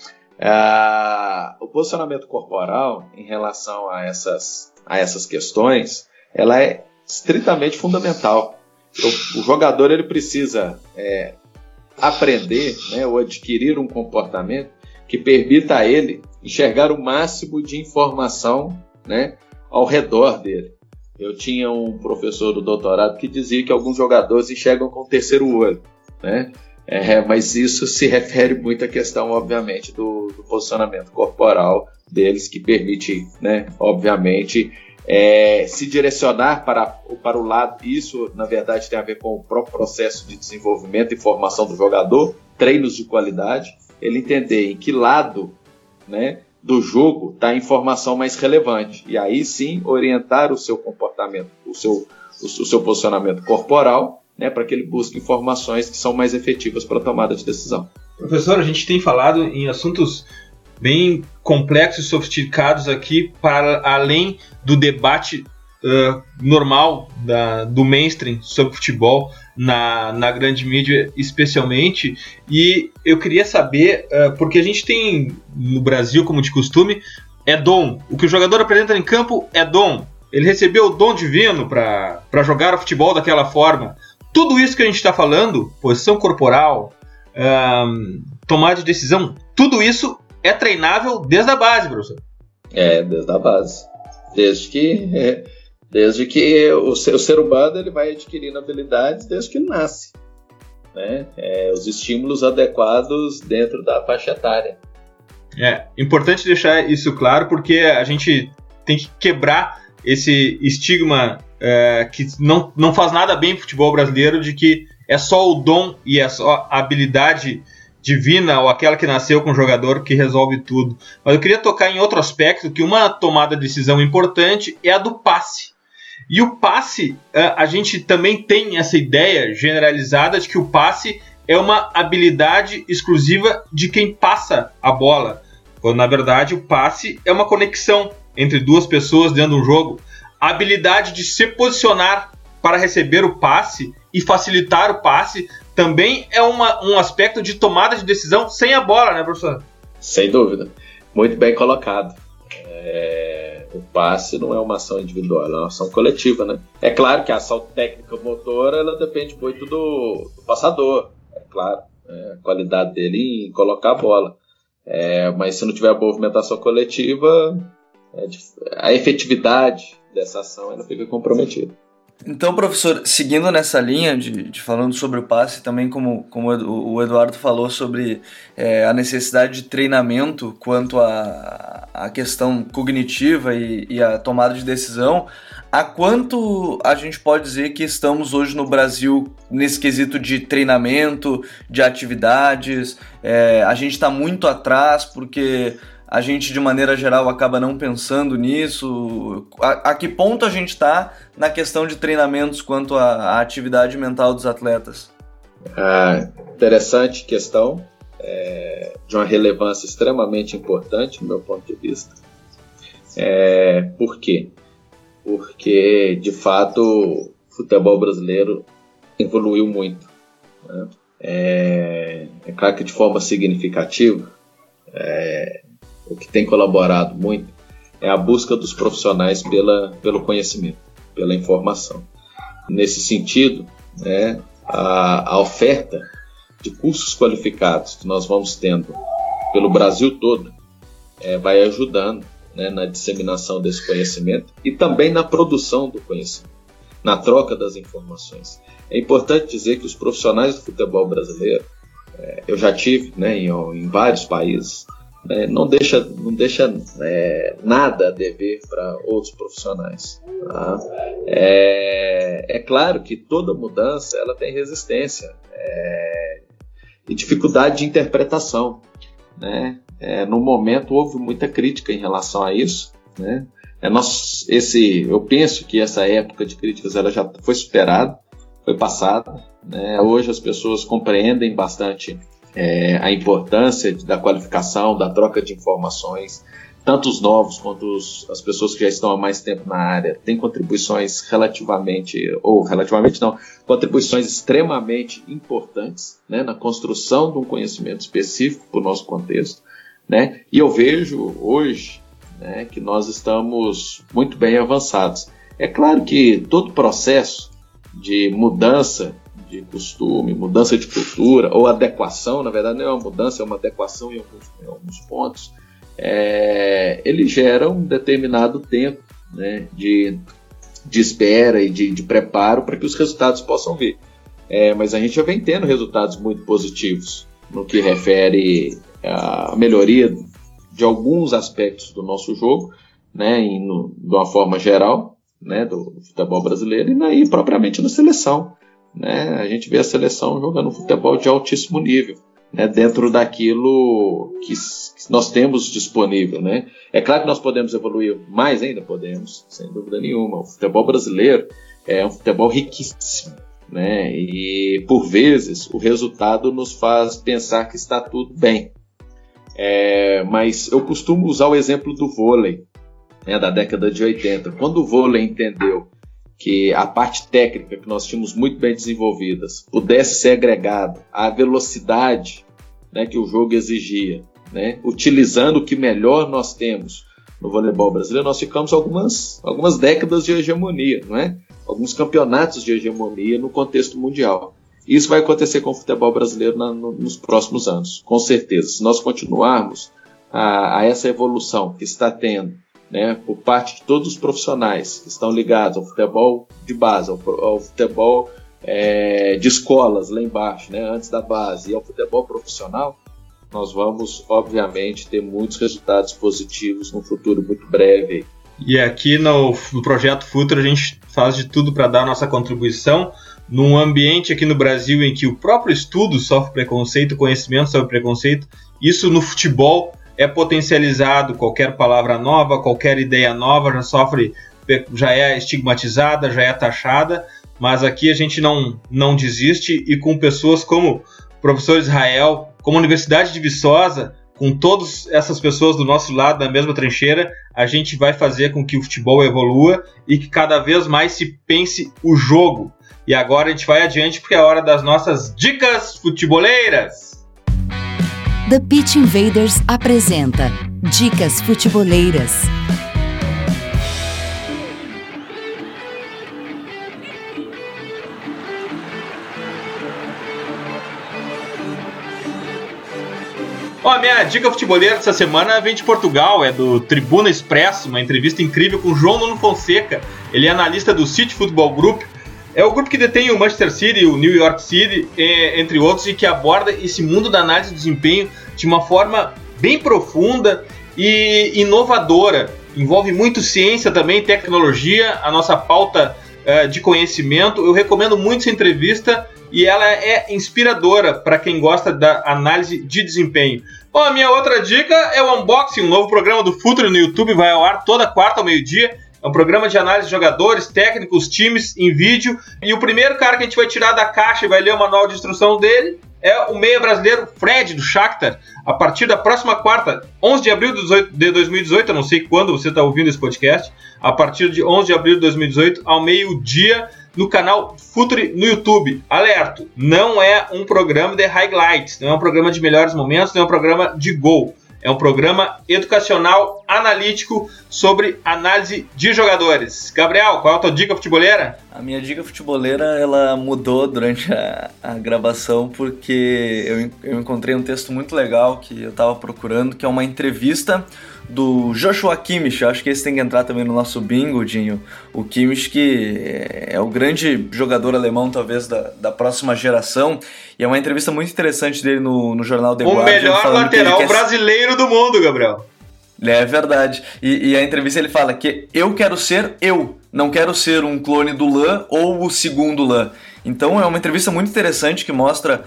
O posicionamento corporal em relação a essas questões, ela é estritamente fundamental. O jogador ele precisa aprender, né, ou adquirir um comportamento que permita a ele enxergar o máximo de informação, né, ao redor dele. Eu tinha um professor do doutorado que dizia que alguns jogadores enxergam com o terceiro olho, né? Mas isso se refere muito à questão, obviamente, do posicionamento corporal deles, que permite, né, obviamente, se direcionar para o lado. Isso, na verdade, tem a ver com o próprio processo de desenvolvimento e formação do jogador, treinos de qualidade, ele entender em que lado, né, do jogo está a informação mais relevante, e aí sim orientar o seu comportamento, o seu posicionamento corporal, né, para que ele busque informações que são mais efetivas para a tomada de decisão. Professor, a gente tem falado em assuntos bem complexos e sofisticados aqui, para além do debate normal do mainstream sobre futebol na grande mídia especialmente, e eu queria saber, porque a gente tem no Brasil, como de costume, dom. O que o jogador apresenta em campo é dom. Ele recebeu o dom divino para jogar o futebol daquela forma. Tudo isso que a gente está falando, posição corporal, tomada de decisão, tudo isso é treinável desde a base, professor. Desde a base. Desde que o ser humano ele vai adquirindo habilidades desde que nasce, né? Os estímulos adequados dentro da faixa etária. Importante deixar isso claro, porque a gente tem que quebrar esse estigma que não faz nada bem pro futebol brasileiro, de que é só o dom e é só a habilidade divina ou aquela que nasceu com o jogador que resolve tudo. Mas eu queria tocar em outro aspecto, que uma tomada de decisão importante é a do passe. E o passe, a gente também tem essa ideia generalizada de que o passe é uma habilidade exclusiva de quem passa a bola, quando na verdade o passe é uma conexão entre duas pessoas dentro de um jogo. A habilidade de se posicionar para receber o passe e facilitar o passe também é um aspecto de tomada de decisão sem a bola, né, professor? Sem dúvida. Muito bem colocado. O passe não é uma ação individual, é uma ação coletiva, né? É claro que a ação técnica motora ela depende muito do passador, é claro, a qualidade dele em colocar a bola. Mas se não tiver a movimentação coletiva, a efetividade dessa ação ela fica comprometida. Então, professor, seguindo nessa linha de falando sobre o passe, também como o Eduardo falou sobre a necessidade de treinamento quanto à questão cognitiva e a tomada de decisão, há quanto a gente pode dizer que estamos hoje no Brasil nesse quesito de treinamento, de atividades? A gente está muito atrás porque a gente, de maneira geral, acaba não pensando nisso. A que ponto a gente está na questão de treinamentos quanto à atividade mental dos atletas? Interessante questão, de uma relevância extremamente importante, do meu ponto de vista. Por quê? Porque, de fato, o futebol brasileiro evoluiu muito, né? É claro que de forma significativa, o que tem colaborado muito é a busca dos profissionais pelo conhecimento, pela informação. Nesse sentido, a oferta de cursos qualificados que nós vamos tendo pelo Brasil todo vai ajudando, na disseminação desse conhecimento e também na produção do conhecimento, na troca das informações. É importante dizer que os profissionais do futebol brasileiro, eu já tive em vários países, não deixa nada a dever para outros profissionais. Tá? É claro que toda mudança ela tem resistência e dificuldade de interpretação. No momento houve muita crítica em relação a isso. Eu penso que essa época de críticas ela já foi superada, foi passada. Hoje as pessoas compreendem bastante a importância da qualificação, da troca de informações. Tanto os novos quanto as pessoas que já estão há mais tempo na área têm contribuições contribuições extremamente importantes na construção de um conhecimento específico para o nosso contexto. E eu vejo hoje que nós estamos muito bem avançados. É claro que todo processo de mudança de costume, mudança de cultura ou adequação, na verdade não é uma mudança, é uma adequação em alguns pontos, ele gera um determinado tempo de espera e de preparo para que os resultados possam vir. Mas a gente já vem tendo resultados muito positivos no que refere à melhoria de alguns aspectos do nosso jogo, de uma forma geral, do futebol brasileiro e propriamente na seleção. A gente vê a seleção jogando futebol de altíssimo nível, dentro daquilo que nós temos disponível. É claro que nós podemos evoluir mais ainda, podemos, sem dúvida nenhuma. O futebol brasileiro é um futebol riquíssimo, e por vezes o resultado nos faz pensar que está tudo bem. Mas eu costumo usar o exemplo do vôlei, da década de 80. Quando o vôlei entendeu que a parte técnica que nós tínhamos muito bem desenvolvidas pudesse ser agregada à velocidade que o jogo exigia, utilizando o que melhor nós temos no voleibol brasileiro, nós ficamos algumas décadas de hegemonia, alguns campeonatos de hegemonia no contexto mundial. Isso vai acontecer com o futebol brasileiro nos próximos anos, com certeza. Se nós continuarmos a essa evolução que está tendo, por parte de todos os profissionais que estão ligados ao futebol de base, ao futebol de escolas lá embaixo, antes da base, e ao futebol profissional, nós vamos, obviamente, ter muitos resultados positivos no futuro muito breve. E aqui no Projeto Futuro a gente faz de tudo para dar a nossa contribuição num ambiente aqui no Brasil em que o próprio estudo sofre preconceito, conhecimento sobre preconceito. Isso no futebol é potencializado, qualquer palavra nova, qualquer ideia nova já é estigmatizada, já é taxada, mas aqui a gente não desiste, e com pessoas como o professor Israel, como a Universidade de Viçosa, com todas essas pessoas do nosso lado, da mesma trincheira, a gente vai fazer com que o futebol evolua e que cada vez mais se pense o jogo. E agora a gente vai adiante porque é a hora das nossas dicas futeboleiras. The Pitch Invaders apresenta Dicas Futeboleiras. A minha dica futeboleira dessa semana vem de Portugal, é do Tribuna Expresso, uma entrevista incrível com João Nuno Fonseca. Ele é analista do City Football Group. É o grupo que detém o Manchester City, o New York City, entre outros, e que aborda esse mundo da análise de desempenho de uma forma bem profunda e inovadora. Envolve muito ciência também, tecnologia, a nossa pauta de conhecimento. Eu recomendo muito essa entrevista e ela é inspiradora para quem gosta da análise de desempenho. Bom, a minha outra dica é o Unboxing, um novo programa do Futuro no YouTube, vai ao ar toda quarta ao meio-dia. É um programa de análise de jogadores, técnicos, times em vídeo. E o primeiro cara que a gente vai tirar da caixa e vai ler o manual de instrução dele é o meia brasileiro Fred, do Shakhtar. A partir da próxima quarta, 11 de abril de 2018, eu não sei quando você está ouvindo esse podcast, a partir de 11 de abril de 2018, ao meio-dia, no canal Futuri no YouTube. Alerto, não é um programa de highlights, não é um programa de melhores momentos, não é um programa de gol. É um programa educacional, analítico, sobre análise de jogadores. Gabriel, qual é a tua dica futeboleira? A minha dica futeboleira, ela mudou durante a gravação, porque eu encontrei um texto muito legal que eu estava procurando, que é uma entrevista do Joshua Kimmich. Acho que esse tem que entrar também no nosso bingo, Dinho. O Kimmich, que é o grande jogador alemão, talvez, da próxima geração. E é uma entrevista muito interessante dele no jornal The Guardian. O melhor lateral brasileiro do mundo, Gabriel. É verdade. E a entrevista ele fala que eu quero ser eu, não quero ser um clone do Lan ou o segundo Lan. Então é uma entrevista muito interessante que mostra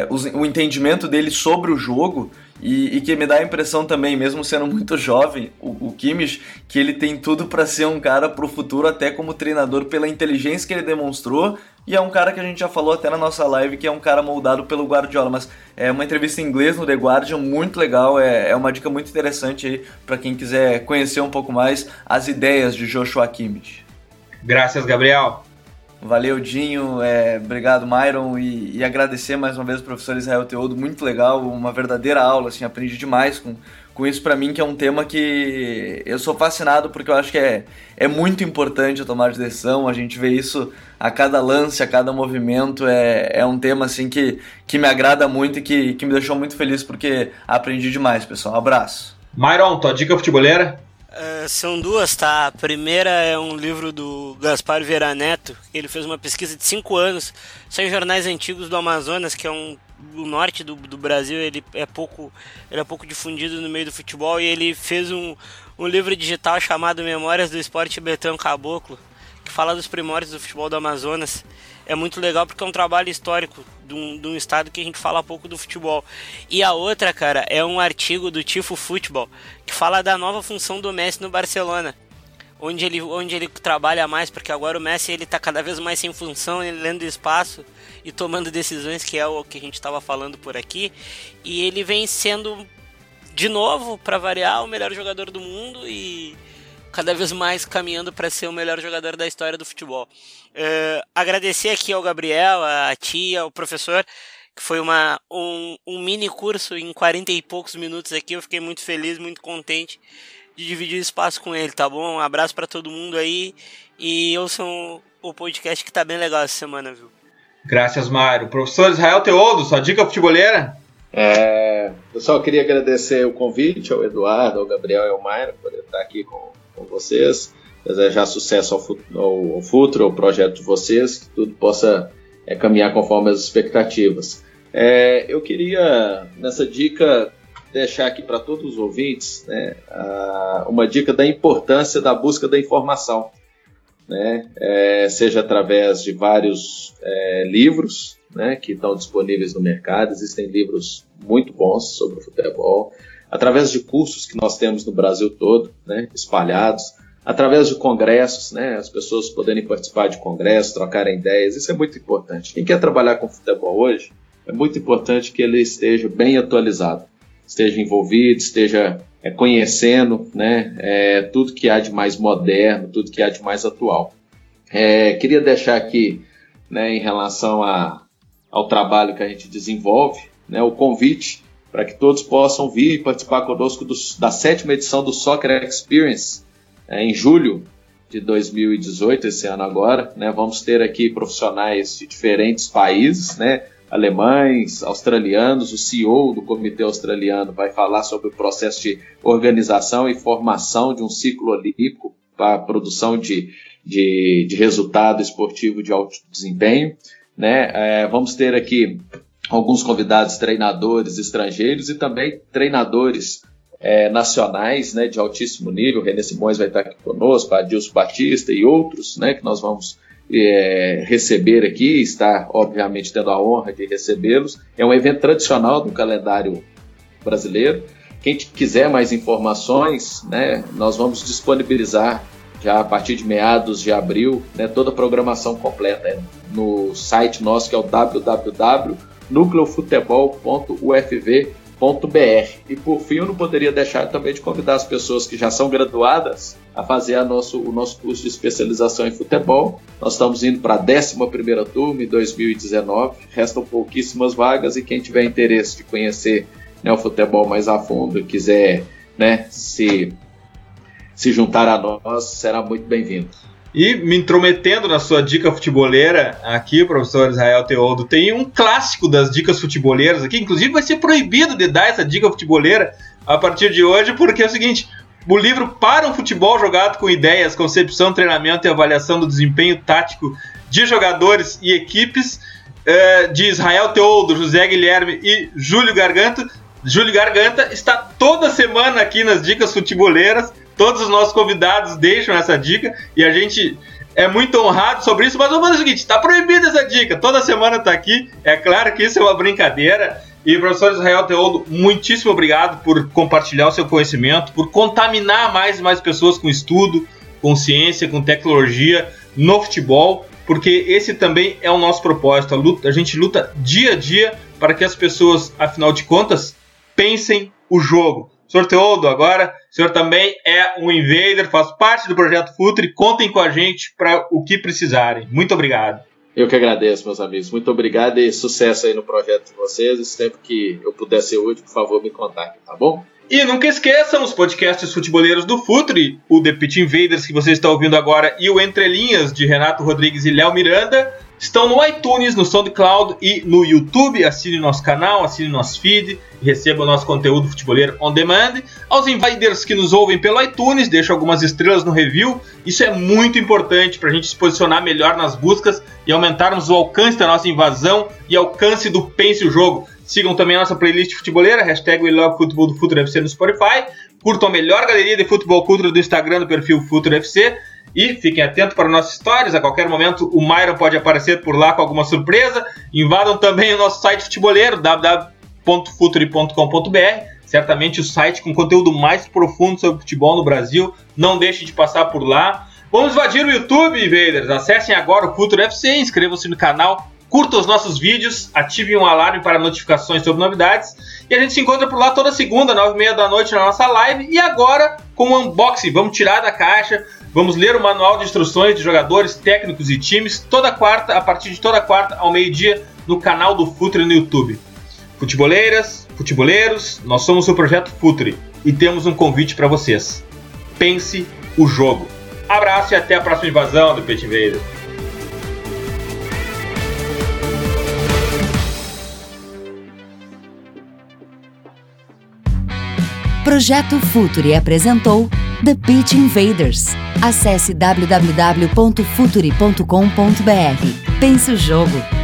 o entendimento dele sobre o jogo e que me dá a impressão também, mesmo sendo muito jovem, o Kimmich, que ele tem tudo para ser um cara pro futuro, até como treinador, pela inteligência que ele demonstrou. E é um cara que a gente já falou até na nossa live, que é um cara moldado pelo Guardiola. Mas é uma entrevista em inglês no The Guardian, muito legal. É uma dica muito interessante aí para quem quiser conhecer um pouco mais as ideias de Joshua Kimmich. Graças, Gabriel. Valeu, Dinho. Obrigado, Myron. E agradecer mais uma vez ao professor Israel Teodo. Muito legal, uma verdadeira aula. Assim, aprendi demais com isso para mim, que é um tema que eu sou fascinado, porque eu acho que é muito importante a tomada de decisão. A gente vê isso a cada lance, a cada movimento. É um tema assim que me agrada muito e que me deixou muito feliz, porque aprendi demais, pessoal. Abraço. Myron, tua dica futeboleira? São duas, tá? A primeira é um livro do Gaspar Vieira Neto. Ele fez uma pesquisa de 5 anos só em jornais antigos do Amazonas, que é o norte do Brasil. Ele é pouco difundido no meio do futebol, e ele fez um livro digital chamado Memórias do Esporte Betão Caboclo, que fala dos primórdios do futebol do Amazonas. É muito legal porque é um trabalho histórico de um estado que a gente fala pouco do futebol. E a outra, cara, é um artigo do Tifo Futebol, que fala da nova função do Messi no Barcelona, onde ele trabalha mais, porque agora o Messi ele tá cada vez mais sem função, ele lendo espaço e tomando decisões, que é o que a gente estava falando por aqui. E ele vem sendo, de novo, para variar, o melhor jogador do mundo e cada vez mais caminhando para ser o melhor jogador da história do futebol. Agradecer aqui ao Gabriel, a tia, ao professor, que foi um mini curso em 40 e poucos minutos aqui. Eu fiquei muito feliz, muito contente de dividir o espaço com ele, tá bom? Um abraço para todo mundo aí e ouçam o podcast, que tá bem legal essa semana, viu? Graças, Mário. Professor Israel Teodo, sua dica futeboleira? Eu só queria agradecer o convite ao Eduardo, ao Gabriel e ao Mário por estar aqui com vocês, desejar sucesso ao futuro, ao projeto de vocês, que tudo possa caminhar conforme as expectativas. Eu queria, nessa dica, deixar aqui para todos os ouvintes, né, uma dica da importância da busca da informação, né, seja através de vários livros, né, que estão disponíveis no mercado. Existem livros muito bons sobre o futebol, através de cursos que nós temos no Brasil todo, né, espalhados, através de congressos, né, as pessoas poderem participar de congressos, trocarem ideias. Isso é muito importante. Quem quer trabalhar com futebol hoje, é muito importante que ele esteja bem atualizado, esteja envolvido, esteja conhecendo, né, tudo que há de mais moderno, tudo que há de mais atual. Queria deixar aqui, né, em relação ao trabalho que a gente desenvolve, né, o convite para que todos possam vir e participar conosco da 7ª edição do Soccer Experience, em julho de 2018, esse ano agora, né. Vamos ter aqui profissionais de diferentes países, né, alemães, australianos. O CEO do Comitê Australiano vai falar sobre o processo de organização e formação de um ciclo olímpico para a produção de resultado esportivo de alto desempenho, né. Vamos ter aqui alguns convidados, treinadores estrangeiros e também treinadores nacionais, né, de altíssimo nível. O René Simões vai estar aqui conosco, Adilson Batista e outros, né, que nós vamos receber aqui, está obviamente tendo a honra de recebê-los. É um evento tradicional do calendário brasileiro. Quem quiser mais informações, né, nós vamos disponibilizar já a partir de meados de abril, né, toda a programação completa no site nosso, que é o www.nucleofutebol.ufv.br. E por fim, eu não poderia deixar também de convidar as pessoas que já são graduadas a fazer o nosso curso de especialização em futebol. Nós estamos indo para a 11ª turma em 2019, restam pouquíssimas vagas e quem tiver interesse de conhecer, né, o futebol mais a fundo e quiser, né, se juntar a nós, será muito bem-vindo. E me intrometendo na sua dica futeboleira aqui, professor Israel Teodo, tem um clássico das dicas futeboleiras aqui, inclusive vai ser proibido de dar essa dica futeboleira a partir de hoje, porque é o seguinte, o livro Para um Futebol Jogado com Ideias, Concepção, Treinamento e Avaliação do Desempenho Tático de Jogadores e Equipes, de Israel Teodo, José Guilherme e Júlio Garganta, está toda semana aqui nas dicas futeboleiras. Todos os nossos convidados deixam essa dica e a gente é muito honrado sobre isso, mas vamos fazer o seguinte, está proibida essa dica, toda semana está aqui, é claro que isso é uma brincadeira. E professor Israel Teodo, muitíssimo obrigado por compartilhar o seu conhecimento, por contaminar mais e mais pessoas com estudo, com ciência, com tecnologia no futebol, porque esse também é o nosso propósito, a gente luta dia a dia para que as pessoas, afinal de contas, pensem o jogo. Senhor Teodo, agora, o senhor também é um invader, faz parte do Projeto Futuri, contem com a gente para o que precisarem. Muito obrigado. Eu que agradeço, meus amigos. Muito obrigado e sucesso aí no projeto de vocês. E sempre que eu puder ser útil, por favor, me contactem, tá bom? E nunca esqueçam os podcasts futeboleiros do Futuri, o The Pitch Invaders, que você está ouvindo agora, e o Entre Linhas, de Renato Rodrigues e Léo Miranda, estão no iTunes, no SoundCloud e no YouTube. Assine nosso canal, assine nosso feed e receba o nosso conteúdo futeboleiro on demand. Aos invaders que nos ouvem pelo iTunes, deixem algumas estrelas no review. Isso é muito importante para a gente se posicionar melhor nas buscas e aumentarmos o alcance da nossa invasão e alcance do Pense o Jogo. Sigam também a nossa playlist futeboleira, hashtag WeLoveFootball do Futuri FC no Spotify. Curtam a melhor galeria de futebol cultura do Instagram do perfil Futuri FC. E fiquem atentos para nossas histórias, a qualquer momento o Myron pode aparecer por lá com alguma surpresa. Invadam também o nosso site futeboleiro, www.futuri.com.br, certamente o site com conteúdo mais profundo sobre futebol no Brasil, não deixe de passar por lá. Vamos invadir o YouTube, invaders, acessem agora o Futuri FC, inscrevam-se no canal, curtam os nossos vídeos, ativem um alarme para notificações sobre novidades e a gente se encontra por lá toda segunda, 9h30 da noite na nossa live. E agora com o unboxing, vamos tirar da caixa, vamos ler o manual de instruções de jogadores, técnicos e times toda quarta, a partir de toda quarta ao meio-dia no canal do Futuri no YouTube. Futeboleiras, futeboleiros, nós somos o Projeto Futuri e temos um convite para vocês. Pense o jogo. Abraço e até a próxima invasão do Pitch Invader. Projeto Futuri apresentou The Pitch Invaders. Acesse www.futuri.com.br. Pense o jogo.